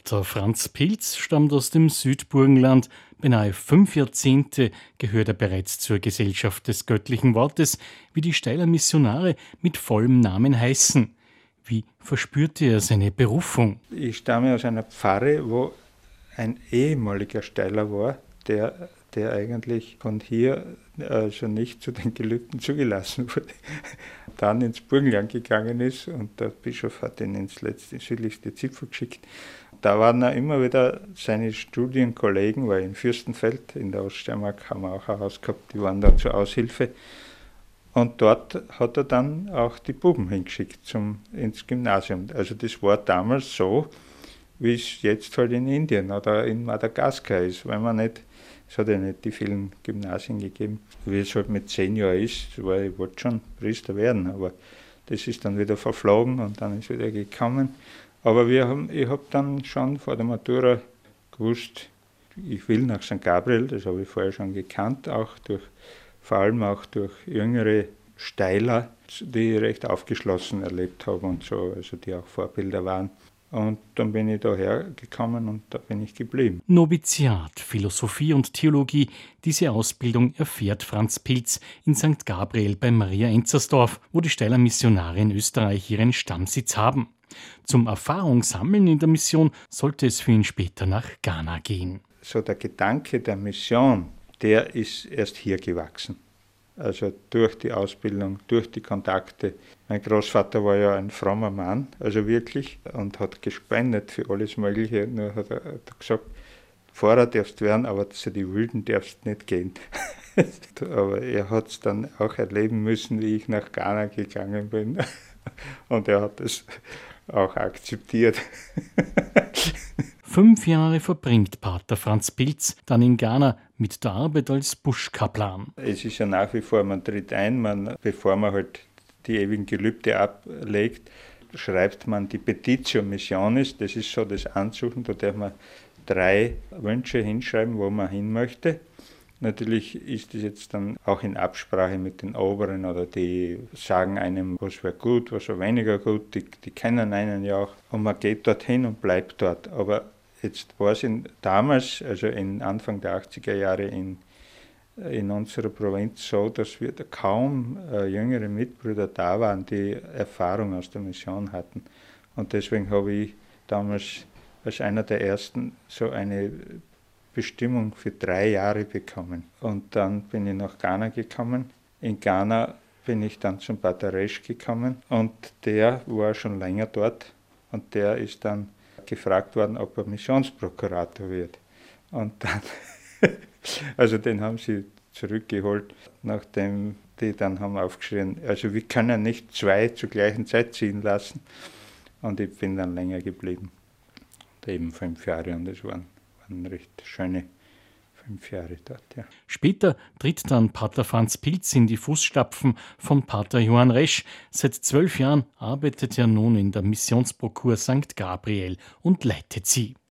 Pater Franz Pilz stammt aus dem Südburgenland. Beinahe 5 Jahrzehnte gehört er bereits zur Gesellschaft des göttlichen Wortes, wie die Steyler Missionare mit vollem Namen heißen. Wie verspürte er seine Berufung? Ich stamme aus einer Pfarre, wo ein ehemaliger Steyler war, der eigentlich von hier also nicht zu den Gelübden zugelassen wurde, dann ins Burgenland gegangen ist und der Bischof hat ihn ins südlichste Zipfel geschickt. Da waren immer wieder seine Studienkollegen, weil in Fürstenfeld in der Oststeiermark haben wir auch ein Haus gehabt, die waren da zur Aushilfe. Und dort hat er dann auch die Buben hingeschickt ins Gymnasium. Also das war damals so, wie es jetzt halt in Indien oder in Madagaskar ist, weil man nicht, es hat ja nicht die vielen Gymnasien gegeben, wie es halt mit 10 Jahren ist, weil ich wollte schon Priester werden, aber das ist dann wieder verflogen und dann ist wieder gekommen. Aber ich habe dann schon vor der Matura gewusst, ich will nach St. Gabriel, das habe ich vorher schon gekannt, vor allem auch durch jüngere Steyler, die ich recht aufgeschlossen erlebt habe und so, also die auch Vorbilder waren. Und dann bin ich daher gekommen und da bin ich geblieben. Noviziat, Philosophie und Theologie, diese Ausbildung erfährt Franz Pilz in St. Gabriel bei Maria Enzersdorf, wo die Steyler Missionare in Österreich ihren Stammsitz haben. Zum Erfahrungssammeln in der Mission sollte es für ihn später nach Ghana gehen. So der Gedanke der Mission, der ist erst hier gewachsen. Also durch die Ausbildung, durch die Kontakte. Mein Großvater war ja ein frommer Mann, also wirklich, und hat gespendet für alles Mögliche. Nur hat er gesagt, Pfarrer darfst werden, aber zu den Wilden darfst nicht gehen. Aber er hat es dann auch erleben müssen, wie ich nach Ghana gegangen bin. Und er hat es auch akzeptiert. 5 Jahre verbringt Pater Franz Pilz dann in Ghana mit der Arbeit als Buschkaplan. Es ist ja nach wie vor, man tritt ein, bevor man halt die ewigen Gelübde ablegt, schreibt man die Petitio Missionis, das ist so das Ansuchen, da darf man 3 Wünsche hinschreiben, wo man hin möchte. Natürlich ist das jetzt dann auch in Absprache mit den Oberen oder die sagen einem, was wäre gut, was wäre weniger gut, die kennen einen ja auch und man geht dorthin und bleibt dort. Aber jetzt war es damals, also Anfang der 80er Jahre in unserer Provinz so, dass wir da kaum jüngere Mitbrüder da waren, die Erfahrung aus der Mission hatten. Und deswegen habe ich damals als einer der ersten so eine Bestimmung für 3 Jahre bekommen. Und dann bin ich nach Ghana gekommen. In Ghana bin ich dann zum Pater Resch gekommen und der war schon länger dort und der ist dann gefragt worden, ob er Missionsprokurator wird. Und dann, also den haben sie zurückgeholt, nachdem die dann haben aufgeschrien, also wir können nicht 2 zur gleichen Zeit ziehen lassen. Und ich bin dann länger geblieben, eben 5 Jahre und es waren recht schöne 5 Jahre dort, ja. Später tritt dann Pater Franz Pilz in die Fußstapfen von Pater Johann Resch. Seit 12 Jahren arbeitet er nun in der Missionsprokur St. Gabriel und leitet sie.